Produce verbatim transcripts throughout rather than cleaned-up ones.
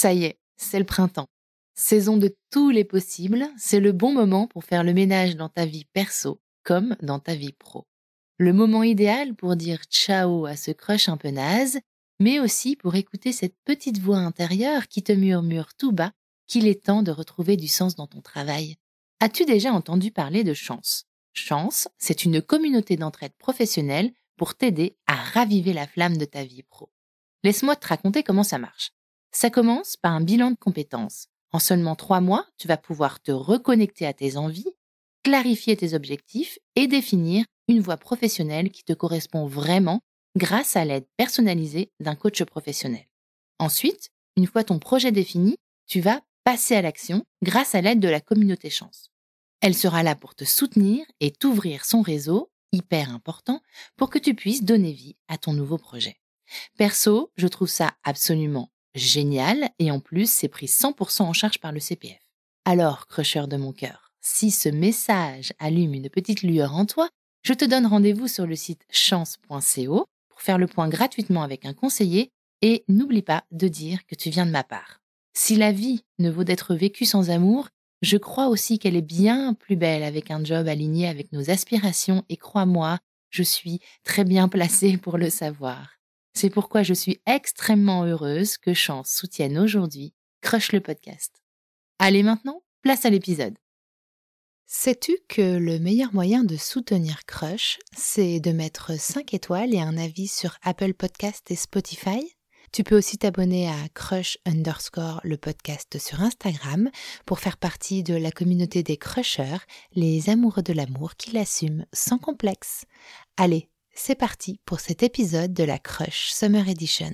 Ça y est, c'est le printemps. Saison de tous les possibles, c'est le bon moment pour faire le ménage dans ta vie perso comme dans ta vie pro. Le moment idéal pour dire ciao à ce crush un peu naze, mais aussi pour écouter cette petite voix intérieure qui te murmure tout bas qu'il est temps de retrouver du sens dans ton travail. As-tu déjà entendu parler de Chance ? Chance, c'est une communauté d'entraide professionnelle pour t'aider à raviver la flamme de ta vie pro. Laisse-moi te raconter comment ça marche. Ça commence par un bilan de compétences. En seulement trois mois, tu vas pouvoir te reconnecter à tes envies, clarifier tes objectifs et définir une voie professionnelle qui te correspond vraiment grâce à l'aide personnalisée d'un coach professionnel. Ensuite, une fois ton projet défini, tu vas passer à l'action grâce à l'aide de la communauté Chance. Elle sera là pour te soutenir et t'ouvrir son réseau, hyper important, pour que tu puisses donner vie à ton nouveau projet. Perso, je trouve ça absolument génial et en plus, c'est pris cent pour cent en charge par le C P F. Alors, crusher de mon cœur, si ce message allume une petite lueur en toi, je te donne rendez-vous sur le site chance point co pour faire le point gratuitement avec un conseiller et n'oublie pas de dire que tu viens de ma part. Si la vie ne vaut d'être vécue sans amour, je crois aussi qu'elle est bien plus belle avec un job aligné avec nos aspirations et crois-moi, je suis très bien placée pour le savoir. C'est pourquoi je suis extrêmement heureuse que Chance soutienne aujourd'hui Crush le podcast. Allez maintenant, place à l'épisode. Sais-tu que le meilleur moyen de soutenir Crush, c'est de mettre cinq étoiles et un avis sur Apple Podcast et Spotify ? Tu peux aussi t'abonner à Crush underscore le podcast sur Instagram pour faire partie de la communauté des crushers, les amoureux de l'amour qui l'assument sans complexe. Allez, c'est parti pour cet épisode de la Crush Summer Edition.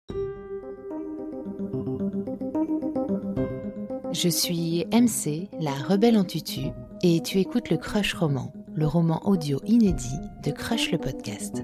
Je suis M C, la rebelle en tutu, et tu écoutes le Crush Roman, le roman audio inédit de Crush le podcast.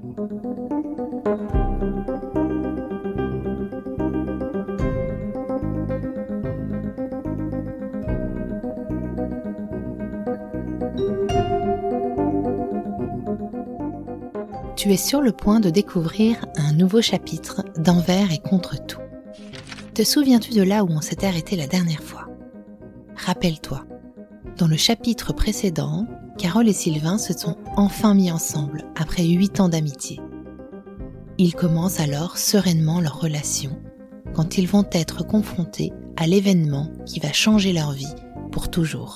Tu es sur le point de découvrir un nouveau chapitre d'Envers et contre tout. Te souviens-tu de là où on s'était arrêté la dernière fois ? Rappelle-toi, dans le chapitre précédent, Carole et Sylvain se sont enfin mis ensemble après huit ans d'amitié. Ils commencent alors sereinement leur relation quand ils vont être confrontés à l'événement qui va changer leur vie pour toujours.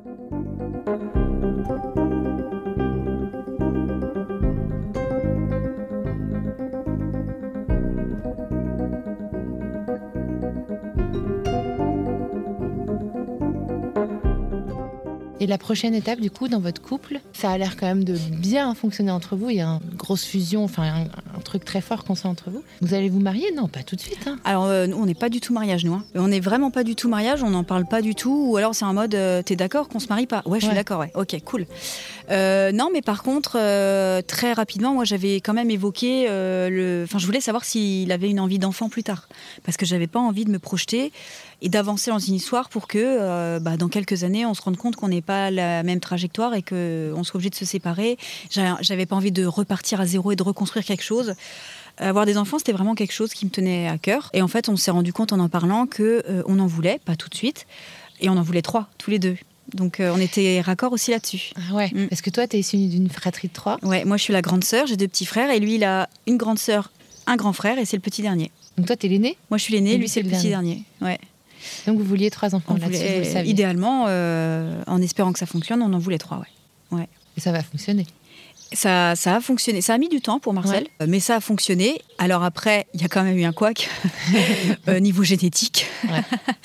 Et la prochaine étape, du coup, dans votre couple, ça a l'air quand même de bien fonctionner entre vous. Il y a une grosse fusion, enfin un, un truc très fort qu'on sent entre vous. Vous allez vous marier ? Non, pas tout de suite. Hein. Alors, euh, nous, on n'est pas du tout mariage, nous. Hein. On n'est vraiment pas du tout mariage, on n'en parle pas du tout. Ou alors, c'est en mode, euh, t'es d'accord qu'on se marie pas ? Ouais, je suis ouais. d'accord, ouais. Ok, cool. Euh, non, mais par contre, euh, très rapidement, moi, j'avais quand même évoqué euh, le... Enfin, je voulais savoir s'il avait une envie d'enfant plus tard. Parce que j'avais pas envie de me projeter et d'avancer dans une histoire pour que, euh, bah, dans quelques années, on se rende compte qu'on n'est pas la même trajectoire et qu'on soit obligé de se séparer. J'avais pas envie de repartir à zéro et de reconstruire quelque chose. Avoir des enfants, c'était vraiment quelque chose qui me tenait à cœur. Et en fait, on s'est rendu compte en en parlant qu'on euh, en voulait, pas tout de suite, et on en voulait trois, tous les deux. Donc euh, on était raccord aussi là-dessus. Ah ouais, mm. Parce que toi, t'es issue d'une fratrie de trois. Ouais, moi je suis la grande sœur, j'ai deux petits frères, et lui il a une grande sœur, un grand frère, et c'est le petit dernier. Donc toi, t'es l'aîné ? Moi je suis l'aîné, lui, lui c'est le, le petit dernier. dernier. Ouais. Donc vous vouliez trois enfants on là-dessus, voulait, vous le saviez. Idéalement, euh, en espérant que ça fonctionne, on en voulait trois, ouais. ouais. Et ça va fonctionner. Ça, ça a fonctionné. Ça a mis du temps pour Marcel, ouais. mais ça a fonctionné. Alors après, il y a quand même eu un couac euh, niveau génétique. Ouais.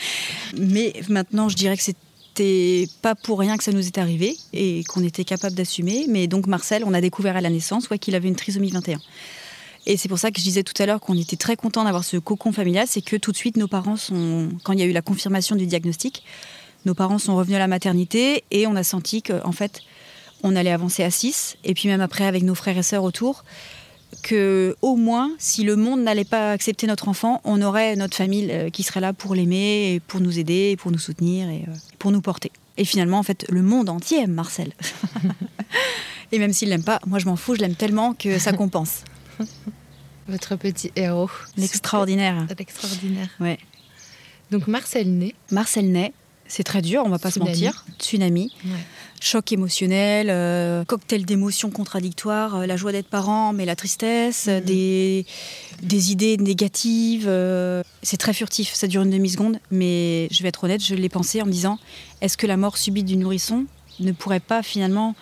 Mais maintenant, je dirais que c'était pas pour rien que ça nous est arrivé et qu'on était capable d'assumer. Mais donc Marcel, on a découvert à la naissance ouais, qu'il avait une trisomie vingt et un. Et c'est pour ça que je disais tout à l'heure qu'on était très contents d'avoir ce cocon familial. C'est que tout de suite, nos parents sont, quand il y a eu la confirmation du diagnostic, nos parents sont revenus à la maternité et on a senti qu'en fait, on allait avancer à six. Et puis même après, avec nos frères et sœurs autour, qu'au moins, si le monde n'allait pas accepter notre enfant, on aurait notre famille qui serait là pour l'aimer, et pour nous aider, pour nous soutenir et pour nous porter. Et finalement, en fait, le monde entier aime Marcel. Et même s'il l'aime pas, moi je m'en fous, je l'aime tellement que ça compense. Votre petit héros. L'extraordinaire. L'extraordinaire. Ouais. Donc Marcel naît. Marcel naît. C'est très dur, on va pas Tsunami. se mentir. Tsunami. Ouais. Choc émotionnel, euh, cocktail d'émotions contradictoires, euh, la joie d'être parent, mais la tristesse, Mhm. des, des idées négatives. euh, c'est très furtif, ça dure une demi-seconde, mais je vais être honnête, je l'ai pensé en me disant, est-ce que la mort subite du nourrisson ne pourrait pas finalement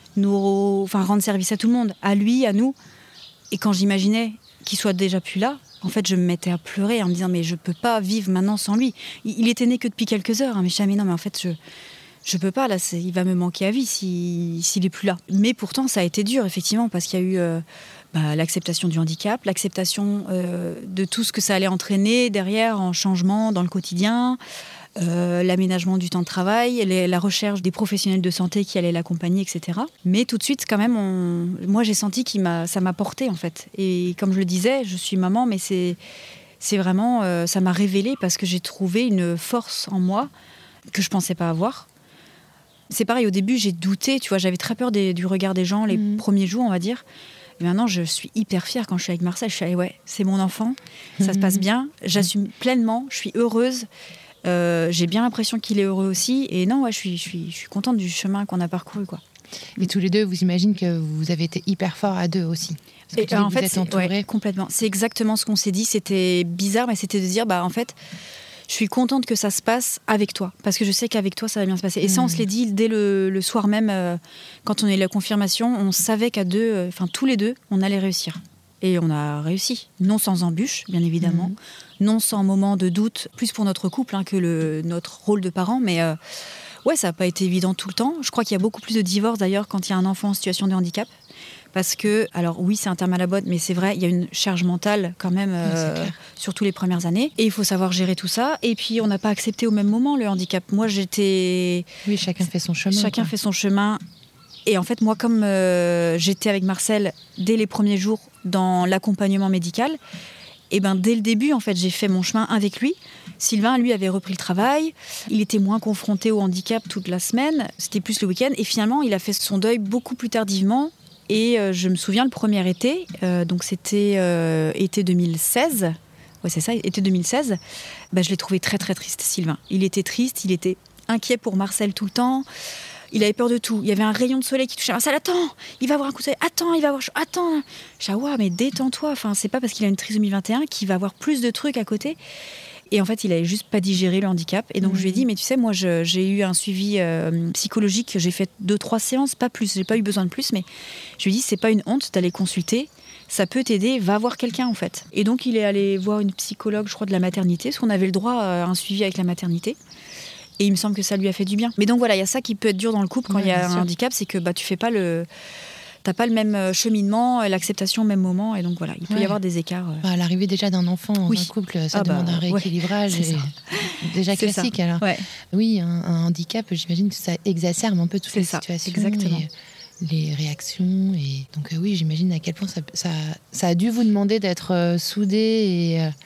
nous, enfin, rendre service à tout le monde, à lui, à nous. Et quand j'imaginais qu'il soit déjà plus là, en fait, je me mettais à pleurer en me disant, mais je peux pas vivre maintenant sans lui. Il, il était né que depuis quelques heures, hein, mais je disais, mais non, mais en fait, je... Je peux pas, là, c'est, il va me manquer à vie si, s'il est plus là. Mais pourtant, ça a été dur, effectivement, parce qu'il y a eu euh, bah, l'acceptation du handicap, l'acceptation euh, de tout ce que ça allait entraîner derrière en changement dans le quotidien, euh, l'aménagement du temps de travail, les, la recherche des professionnels de santé qui allaient l'accompagner, et cetera. Mais tout de suite, quand même, on... moi, j'ai senti que ça m'a porté, en fait. Et comme je le disais, je suis maman, mais c'est, c'est vraiment, euh, ça m'a révélé parce que j'ai trouvé une force en moi que je pensais pas avoir. C'est pareil, au début, j'ai douté, tu vois, j'avais très peur des, du regard des gens les mmh. premiers jours, on va dire. Et maintenant, je suis hyper fière quand je suis avec Marcel. Je suis allée, ouais, c'est mon enfant, ça mmh. se passe bien, j'assume pleinement, je suis heureuse. Euh, j'ai bien l'impression qu'il est heureux aussi. Et non, ouais, je suis, je suis, je suis contente du chemin qu'on a parcouru, quoi. Et tous les deux, vous imaginez que vous avez été hyper forts à deux aussi. Parce que et tu euh, dis en que fait, vous êtes entourés. Ouais, complètement. C'est exactement ce qu'on s'est dit. C'était bizarre, mais c'était de dire, bah, en fait, je suis contente que ça se passe avec toi, parce que je sais qu'avec toi, ça va bien se passer. Et mmh. ça, on se l'est dit dès le, le soir même, euh, quand on a eu la confirmation, on savait qu'à deux, enfin euh, tous les deux, on allait réussir. Et on a réussi. Non sans embûches, bien évidemment. Mmh. Non sans moment de doute, plus pour notre couple hein, que le, notre rôle de parent. Mais euh, ouais, ça n'a pas été évident tout le temps. Je crois qu'il y a beaucoup plus de divorces, d'ailleurs, quand il y a un enfant en situation de handicap. Parce que, alors oui, c'est un terme à la mode, mais c'est vrai, il y a une charge mentale quand même, euh, ouais, surtout les premières années. Et il faut savoir gérer tout ça. Et puis, on n'a pas accepté au même moment le handicap. Moi, j'étais... Oui, chacun fait son chemin. Chacun quoi. fait son chemin. Et en fait, moi, comme euh, j'étais avec Marcel dès les premiers jours dans l'accompagnement médical, et ben dès le début, en fait, j'ai fait mon chemin avec lui. Sylvain, lui, avait repris le travail. Il était moins confronté au handicap toute la semaine. C'était plus le week-end. Et finalement, il a fait son deuil beaucoup plus tardivement. Et euh, je me souviens, le premier été, euh, donc c'était euh, été deux mille seize, ouais c'est ça, été deux mille seize, bah, je l'ai trouvé très très triste, Sylvain. Il était triste, il était inquiet pour Marcel tout le temps, il avait peur de tout. Il y avait un rayon de soleil qui touchait Marcel, attends, il va avoir un coup de soleil, attends, il va avoir chaud, attends. Je dis, ah ouais, mais détends-toi, enfin, c'est pas parce qu'il a une trisomie vingt et un qu'il va avoir plus de trucs à côté. Et en fait, il n'avait juste pas digéré le handicap. Et donc, mmh. je lui ai dit, mais tu sais, moi, je, j'ai eu un suivi euh, psychologique. J'ai fait deux, trois séances, pas plus. J'ai pas eu besoin de plus. Mais je lui ai dit, c'est pas une honte d'aller consulter. Ça peut t'aider. Va voir quelqu'un, en fait. Et donc, il est allé voir une psychologue, je crois, de la maternité. Parce qu'on avait le droit à un suivi avec la maternité. Et il me semble que ça lui a fait du bien. Mais donc, voilà, il y a ça qui peut être dur dans le couple quand il ouais, y a un sûr. handicap. C'est que bah, tu fais pas le... T'as pas le même cheminement, l'acceptation au même moment, et donc voilà, il peut ouais. y avoir des écarts. Bah, à l'arrivée déjà d'un enfant dans oui. un couple, ça ah demande bah, un rééquilibrage, ouais, et déjà c'est classique. Ça. Alors, ouais. oui, un, un handicap, j'imagine que ça exacerbe un peu toutes c'est les ça. situations, exactement. Et les réactions, et donc euh, oui, j'imagine à quel point ça, ça, ça a dû vous demander d'être euh, soudés et euh,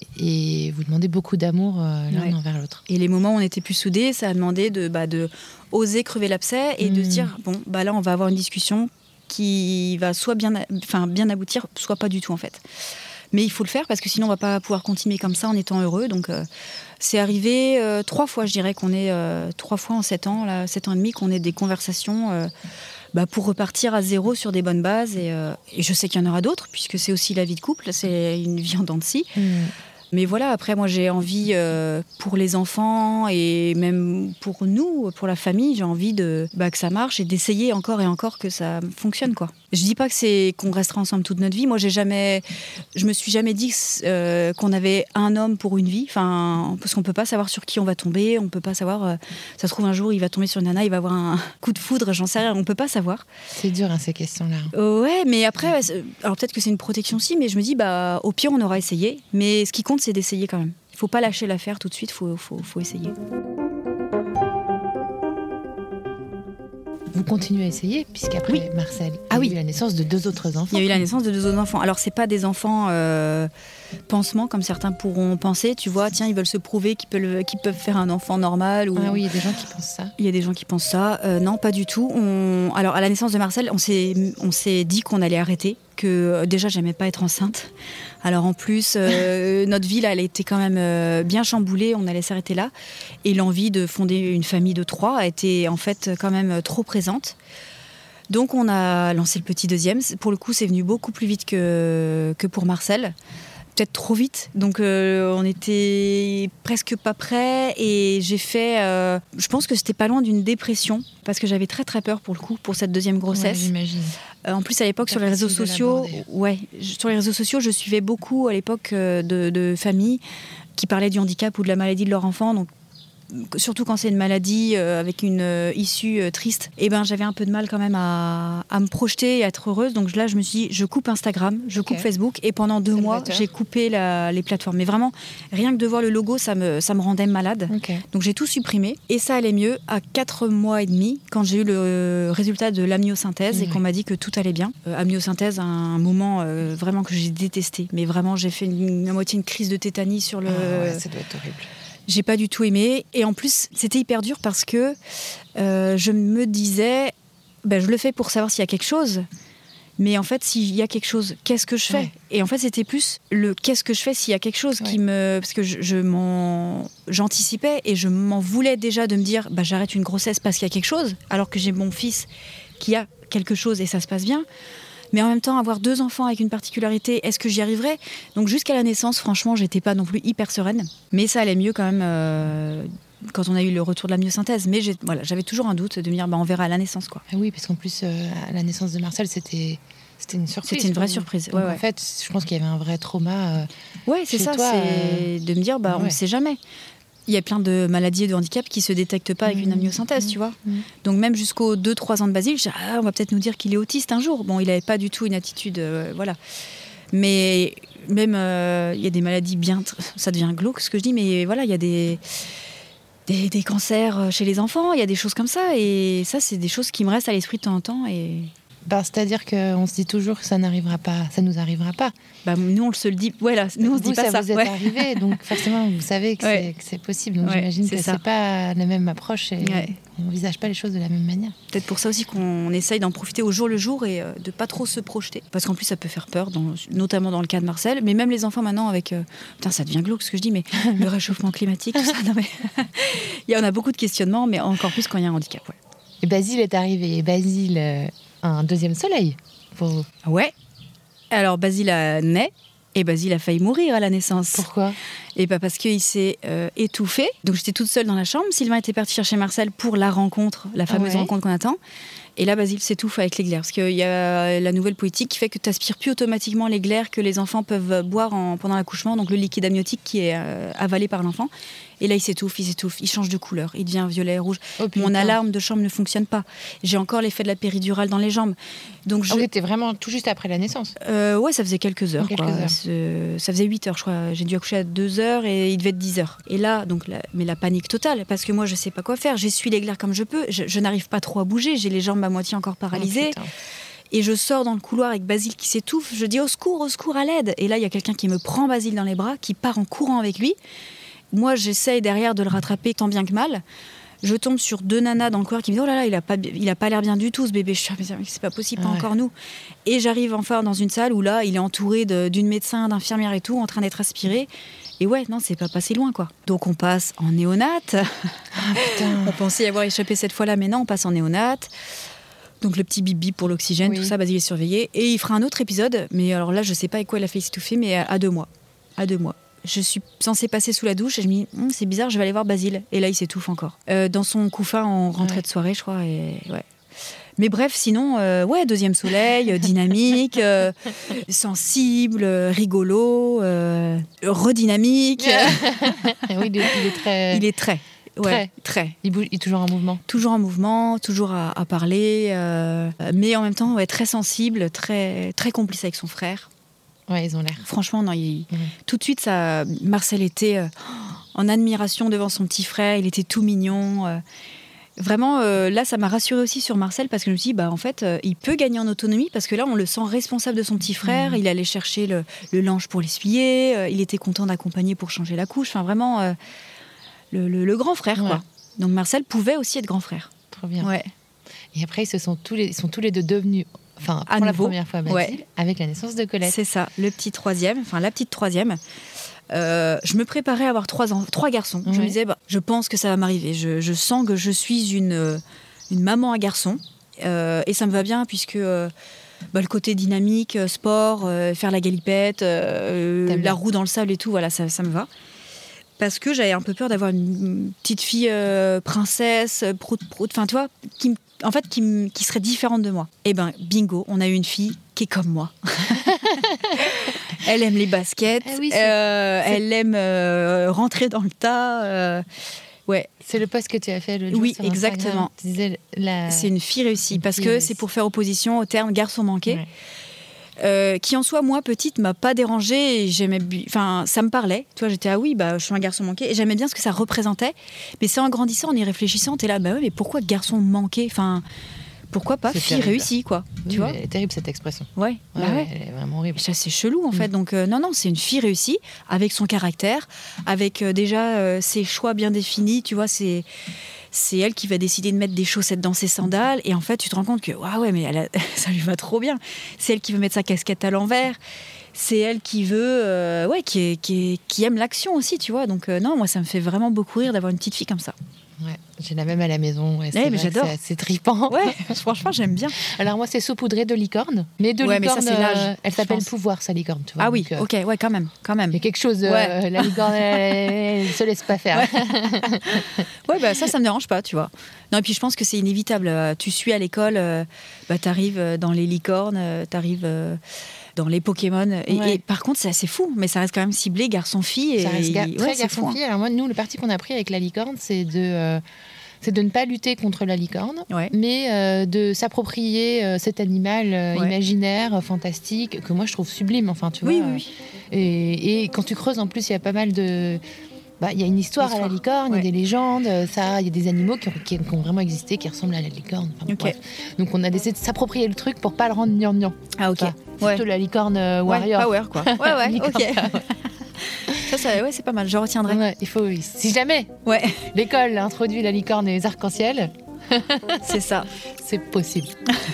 et vous demander beaucoup d'amour euh, l'un ouais. envers l'autre. Et les moments où on était plus soudés, ça a demandé de, bah, de oser crever l'abcès et mmh. de se dire bon, bah là, on va avoir une discussion qui va soit bien, enfin, bien aboutir, soit pas du tout en fait. Mais il faut le faire parce que sinon on va pas pouvoir continuer comme ça en étant heureux. Donc euh, c'est arrivé euh, trois fois, je dirais qu'on est euh, trois fois en sept ans, là, sept ans et demi, qu'on ait des conversations euh, bah, pour repartir à zéro sur des bonnes bases. Et, euh, et je sais qu'il y en aura d'autres puisque c'est aussi la vie de couple, c'est une vie en dents de scie. Mmh. Mais voilà, après, moi, j'ai envie, euh, pour les enfants et même pour nous, pour la famille, j'ai envie de, bah, que ça marche et d'essayer encore et encore que ça fonctionne, quoi. Je dis pas que c'est qu'on restera ensemble toute notre vie. Moi, j'ai jamais, je me suis jamais dit euh, qu'on avait un homme pour une vie. Enfin, parce qu'on peut pas savoir sur qui on va tomber. On peut pas savoir. Euh, ça se trouve un jour, il va tomber sur une nana, il va avoir un coup de foudre. J'en sais rien. On peut pas savoir. C'est dur, hein, ces questions-là. Euh, ouais, mais après, alors peut-être que c'est une protection aussi, mais je me dis, bah, au pire, on aura essayé. Mais ce qui compte, c'est d'essayer quand même. Il faut pas lâcher l'affaire tout de suite. Faut, faut, faut essayer. Vous continuez à essayer, puisqu'après oui. Marcel, il ah y a oui. eu la naissance de deux autres enfants. Il y a eu la naissance de deux autres enfants. Alors, c'est pas des enfants euh, pansements, comme certains pourront penser. Tu vois, tiens, ils veulent se prouver qu'ils peuvent, qu'ils peuvent faire un enfant normal. Ou... Ah oui, il y a des gens qui pensent ça. Il y a des gens qui pensent ça. Euh, non, pas du tout. On... Alors, à la naissance de Marcel, on s'est, on s'est dit qu'on allait arrêter, que déjà, j'aimais pas être enceinte. Alors en plus, euh, notre vie, là, elle était quand même euh, bien chamboulée. On allait s'arrêter là. Et l'envie de fonder une famille de trois a été en fait quand même trop présente. Donc on a lancé le petit deuxième. Pour le coup, c'est venu beaucoup plus vite que, que pour Marcel. Peut-être trop vite, donc euh, on était presque pas prêts et j'ai fait, euh, je pense que c'était pas loin d'une dépression parce que j'avais très très peur pour le coup pour cette deuxième grossesse. Ouais, j'imagine. Euh, en plus à l'époque Pas sur les réseaux facile de sociaux, l'aborder. ouais, je- sur les réseaux sociaux, je suivais beaucoup à l'époque euh, de, de familles qui parlaient du handicap ou de la maladie de leur enfant, donc surtout quand c'est une maladie euh, avec une euh, issue euh, triste, et ben j'avais un peu de mal quand même à, à me projeter et à être heureuse. Donc là, je me suis dit, je coupe Instagram, je Ok. coupe Facebook, et pendant deux mois, Salvateur. j'ai coupé la- les plateformes. Mais vraiment, rien que de voir le logo, ça me, ça me rendait malade. Ok. Donc j'ai tout supprimé, et ça allait mieux à quatre mois et demi quand j'ai eu le euh, résultat de l'amniosynthèse et Ouais. qu'on m'a dit que tout allait bien. Euh, amniosynthèse, un, un moment euh, vraiment que j'ai détesté. Mais vraiment, j'ai fait une, à moitié une crise de tétanie sur le. Ah ouais, ça doit être horrible. J'ai pas du tout aimé. Et en plus, c'était hyper dur parce que euh, je me disais, ben, je le fais pour savoir s'il y a quelque chose. Mais en fait, s'il y a quelque chose, qu'est-ce que je fais ? Ouais. Et en fait, c'était plus le qu'est-ce que je fais s'il y a quelque chose Ouais. qui me. Parce que je, je m'en... j'anticipais et je m'en voulais déjà de me dire, bah, j'arrête une grossesse parce qu'il y a quelque chose, alors que j'ai mon fils qui a quelque chose et ça se passe bien. Mais en même temps, avoir deux enfants avec une particularité, est-ce que j'y arriverais ? Donc jusqu'à la naissance, franchement, j'étais pas non plus hyper sereine. Mais ça allait mieux quand même euh, quand on a eu le retour de la myosynthèse. Mais j'ai, voilà, j'avais toujours un doute de me dire, bah, on verra à la naissance, quoi. Ah oui, parce qu'en plus, euh, à la naissance de Marcel, c'était, c'était une surprise. C'était une vraie pour vous. surprise, Donc, ouais, en ouais. fait, je pense qu'il y avait un vrai trauma. euh, Ouais, c'est Chez ça, toi, c'est de me dire, bah, on ouais. ne sait jamais. Il y a plein de maladies et de handicaps qui se détectent pas avec une Mmh, amniosynthèse, mmh, tu vois. mmh. Donc même jusqu'aux deux trois ans de Basile, je dis, ah, on va peut-être nous dire qu'il est autiste un jour. Bon, il n'avait pas du tout une attitude, euh, voilà. Mais même, euh, il y a des maladies bien... tr- Ça devient glauque ce que je dis, mais voilà, il y a des, des, des cancers chez les enfants, il y a des choses comme ça. Et ça, c'est des choses qui me restent à l'esprit de temps en temps. Et Bah, c'est-à-dire qu'on se dit toujours que ça n'arrivera pas, ça nous arrivera pas. bah, nous, on se le dit. Voilà, nous, on se vous, dit pas ça. vous est Ouais. arrivé, donc forcément, vous savez que, Ouais. c'est, que c'est possible. Donc Ouais, j'imagine c'est que ça. c'est pas la même approche et Ouais. on n'envisage pas les choses de la même manière. Peut-être pour ça aussi qu'on essaye d'en profiter au jour le jour et euh, de pas trop se projeter. Parce qu'en plus, ça peut faire peur, dans- notamment dans le cas de Marcel. Mais même les enfants maintenant avec... euh, putain, ça devient glauque ce que je dis, mais le réchauffement climatique, tout ça. Non, mais il y en a beaucoup de questionnements, mais encore plus quand il y a un handicap. Ouais. Et Basile est arrivé. Et Basile, euh, un deuxième soleil pour vous. Ouais. Alors, Basile a né. Et Basile a failli mourir à la naissance. Pourquoi ? Et bah parce qu'il s'est euh, étouffé. Donc j'étais toute seule dans la chambre. Sylvain était parti chercher Marcel pour la rencontre, la fameuse ouais. rencontre qu'on attend. Et là, Basile s'étouffe avec les glaires. Parce qu'il y a la nouvelle politique qui fait que tu n'aspires plus automatiquement les glaires que les enfants peuvent boire en- pendant l'accouchement, donc le liquide amniotique qui est euh, avalé par l'enfant. Et là, il s'étouffe, il s'étouffe, il change de couleur, il devient violet, rouge. Oh, putain. Mon alarme de chambre ne fonctionne pas. J'ai encore l'effet de la péridurale dans les jambes. Donc je... Ah, vous étiez vraiment tout juste après la naissance. Euh, ouais, ça faisait quelques heures. Quelques quoi. heures. Ce- Ça faisait huit heures, je crois. J'ai dû accoucher à deux heures et il devait être dix heures. Et là, donc, la... mais la panique totale, parce que moi, je sais pas quoi faire. J'essuie les glaires comme je peux. Je, je n'arrive pas trop à bouger. J'ai les jambes à moitié encore paralysées. Oh, putain. Et je sors dans le couloir avec Basile qui s'étouffe. Je dis au secours, au secours, à l'aide. Et là, il y a quelqu'un qui me prend Basile dans les bras, qui part en courant avec lui. Moi, j'essaye derrière de le rattraper tant bien que mal. Je tombe sur deux nanas dans le couloir qui me disent « Oh là là, il a pas, il a pas l'air bien du tout, ce bébé. » Je suis « Mais c'est pas possible, pas Ouais. encore nous. » Et j'arrive enfin dans une salle où là, il est entouré de- d'une médecin, d'infirmière et tout, en train d'être aspiré. Et ouais, non, c'est pas passé loin, quoi. Donc on passe en néonate. Ah, putain. On pensait y avoir échappé cette fois-là, mais non, on passe en néonate. Donc le petit bip-bip pour l'oxygène, Oui. tout ça, Basile est surveillé. Et il fera un autre épisode, mais alors là, je sais pas avec quoi il a fait s'étouffer, mais à, à deux mois. À deux mois. Je suis censée passer sous la douche et je me dis, Hum, c'est bizarre, je vais aller voir Basile. Et là, il s'étouffe encore. Euh, dans son couffin en rentrée Ouais. de soirée, je crois. Et ouais. Mais bref, sinon, euh, ouais, deuxième soleil, euh, dynamique, euh, sensible, euh, rigolo, euh, redynamique. oui, il est, il est très. Il est très. Ouais, très. Il, bouge, il est toujours en mouvement. Toujours en mouvement, toujours à, à parler, euh, mais en même temps, ouais, très sensible, très, très complice avec son frère. Ouais, ils ont l'air. Franchement, non, il- Ouais. tout de suite, ça, Marcel était euh, en admiration devant son petit frère. Il était tout mignon. euh. Vraiment, euh, là, ça m'a rassurée aussi sur Marcel parce que je me suis dit, bah, en fait, euh, il peut gagner en autonomie parce que là, on le sent responsable de son petit frère. Mhm. Il allait chercher le, le linge pour l'essuyer. euh, il était content d'accompagner pour changer la couche. Enfin, vraiment, euh, le, le- le grand frère, Ouais. quoi. Donc Marcel pouvait aussi être grand frère. Trop bien. Ouais. Et après, ils, se sont tous les, ils sont tous les deux devenus enfin, à pour nouveau. la première fois Basile, Ouais. avec la naissance de Colette. C'est ça, le petit troisième, enfin la petite troisième. Euh, je me préparais à avoir trois, en- trois garçons. Ouais. Je me disais, bah, je pense que ça va m'arriver. Je, je sens que je suis une, une maman à garçon. Euh, et ça me va bien puisque euh, bah, le côté dynamique, euh, sport, euh, faire la galipette, euh, T'aimes la bien. roue dans le sable et tout, voilà, ça, ça me va. Parce que j'avais un peu peur d'avoir une petite fille euh, princesse, prout prout, enfin tu vois, qui, m- en fait, qui, m- qui serait différente de moi. Et ben, bingo, on a eu une fille qui est comme moi. Elle aime les baskets, Ah oui, c'est- euh, c'est- elle aime euh, rentrer dans le tas. euh, ouais, C'est le post que tu as fait le jour Oui, sur Instagram. exactement. Tu disais la... c'est une fille réussie une parce fille que réussie. c'est pour faire opposition au terme garçon manqué. Ouais. Euh, qui en soi, moi, petite, m'a pas dérangée. Et j'aimais, bu- enfin, ça me parlait. Tu vois, j'étais ah oui, bah, je suis un garçon manqué. Et j'aimais bien ce que ça représentait. Mais c'est en grandissant, en y réfléchissant, t'es là, bah ouais, mais pourquoi garçon manqué? Enfin, pourquoi pas C'est fille terrible. réussie, quoi. Oui, Tu vois? mais elle est terrible cette expression. Ouais. Ouais, bah ouais. ouais, elle est vraiment horrible. Ça, c'est chelou, en fait. Mm. Donc, euh, non, non, c'est une fille réussie, avec son caractère, avec euh, déjà euh, ses choix bien définis. Tu vois, c'est, c'est elle qui va décider de mettre des chaussettes dans ses sandales. Et en fait, tu te rends compte que, ah ouais, mais elle a- ça lui va trop bien. C'est elle qui veut mettre sa casquette à l'envers. C'est elle qui veut, euh, ouais, qui, est- qui, est- qui aime l'action aussi, tu vois. Donc, euh, non, moi, ça me fait vraiment beaucoup rire d'avoir une petite fille comme ça. Ouais, j'ai la même à la maison. Ouais, c'est Ouais, mais vrai que j'adore. C'est assez trippant. Ouais, franchement, j'aime bien. Alors moi, c'est saupoudré de licorne. Mais de Ouais, mais ça, licorne, c'est l'âge, euh, elle je s'appelle pense. Pouvoir, sa licorne. Tu vois, Ah oui, donc, euh, ok, ouais, quand même, quand même. il y a quelque chose, euh, Ouais. la licorne, elle, elle se laisse pas faire. Ouais, bah ça, ça me dérange pas, tu vois. Non, et puis je pense que c'est inévitable. Euh, Tu suis à l'école, euh, bah, t'arrives euh, dans les licornes, euh, t'arrives euh, dans les Pokémon. Et, Ouais. et par contre, c'est assez fou, mais ça reste quand même ciblé garçon-fille. Et, Ça reste ga- ouais, très c'est fou, hein. garçon-fille. Alors moi, nous, le parti qu'on a pris avec la licorne, c'est de, euh, c'est de ne pas lutter contre la licorne, Ouais. mais euh, de s'approprier euh, cet animal euh, Ouais. imaginaire, euh, fantastique, que moi je trouve sublime. Enfin, tu Oui, vois. oui, oui. Et, et quand tu creuses, en plus, il y a pas mal de... Bah, il y a une histoire, à la Histoire, licorne, il y ouais. a des légendes, euh, ça, il y a des animaux qui ont, qui- qui ont vraiment existé, qui ressemblent à la licorne. Enfin, Ok. bref. Donc on a décidé de s'approprier le truc pour pas le rendre gnangnan. Ah, ok. Enfin, Ouais. Plutôt la licorne euh, Ouais, warrior. power, quoi. Ouais, ouais, Licorne ok. power. Ça, ça, ouais, c'est pas mal, je retiendrai. Ouais, il faut, si jamais Ouais, l'école introduit la licorne et les arcs-en-ciel, c'est ça. c'est possible.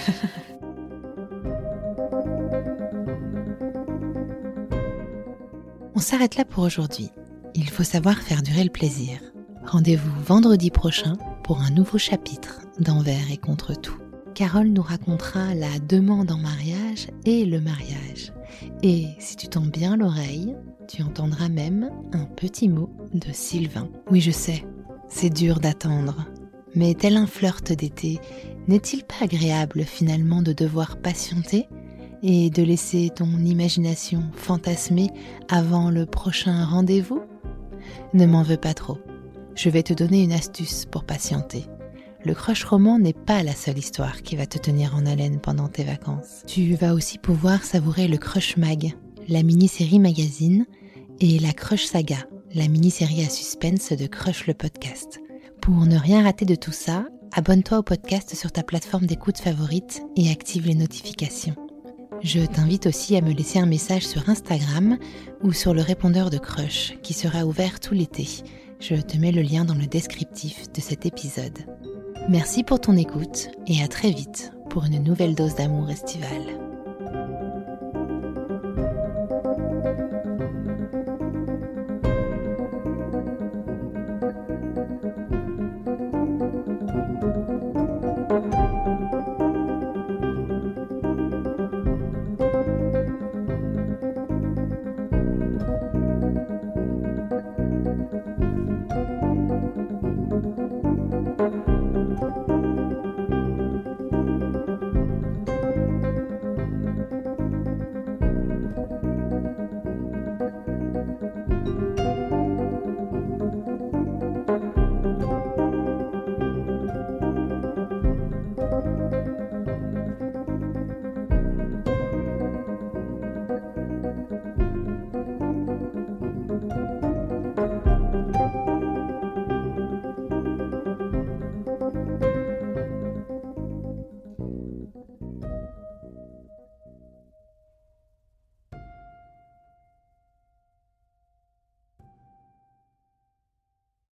On s'arrête là pour aujourd'hui. Il faut savoir faire durer le plaisir. Rendez-vous vendredi prochain pour un nouveau chapitre d'Envers et contre tout. Carole nous racontera la demande en mariage et le mariage. Et si tu tends bien l'oreille, tu entendras même un petit mot de Sylvain. Oui, je sais, c'est dur d'attendre. Mais tel un flirt d'été, n'est-il pas agréable finalement de devoir patienter et de laisser ton imagination fantasmer avant le prochain rendez-vous ? Ne m'en veux pas trop. Je vais te donner une astuce pour patienter. Le crush roman n'est pas la seule histoire qui va te tenir en haleine pendant tes vacances. Tu vas aussi pouvoir savourer le Crush Mag, la mini-série magazine, et la Crush Saga, la mini-série à suspense de Crush le podcast. Pour ne rien rater de tout ça, abonne-toi au podcast sur ta plateforme d'écoute favorite et active les notifications. Je t'invite aussi à me laisser un message sur Instagram ou sur le répondeur de Crush qui sera ouvert tout l'été. Je te mets le lien dans le descriptif de cet épisode. Merci pour ton écoute et à très vite pour une nouvelle dose d'amour estival.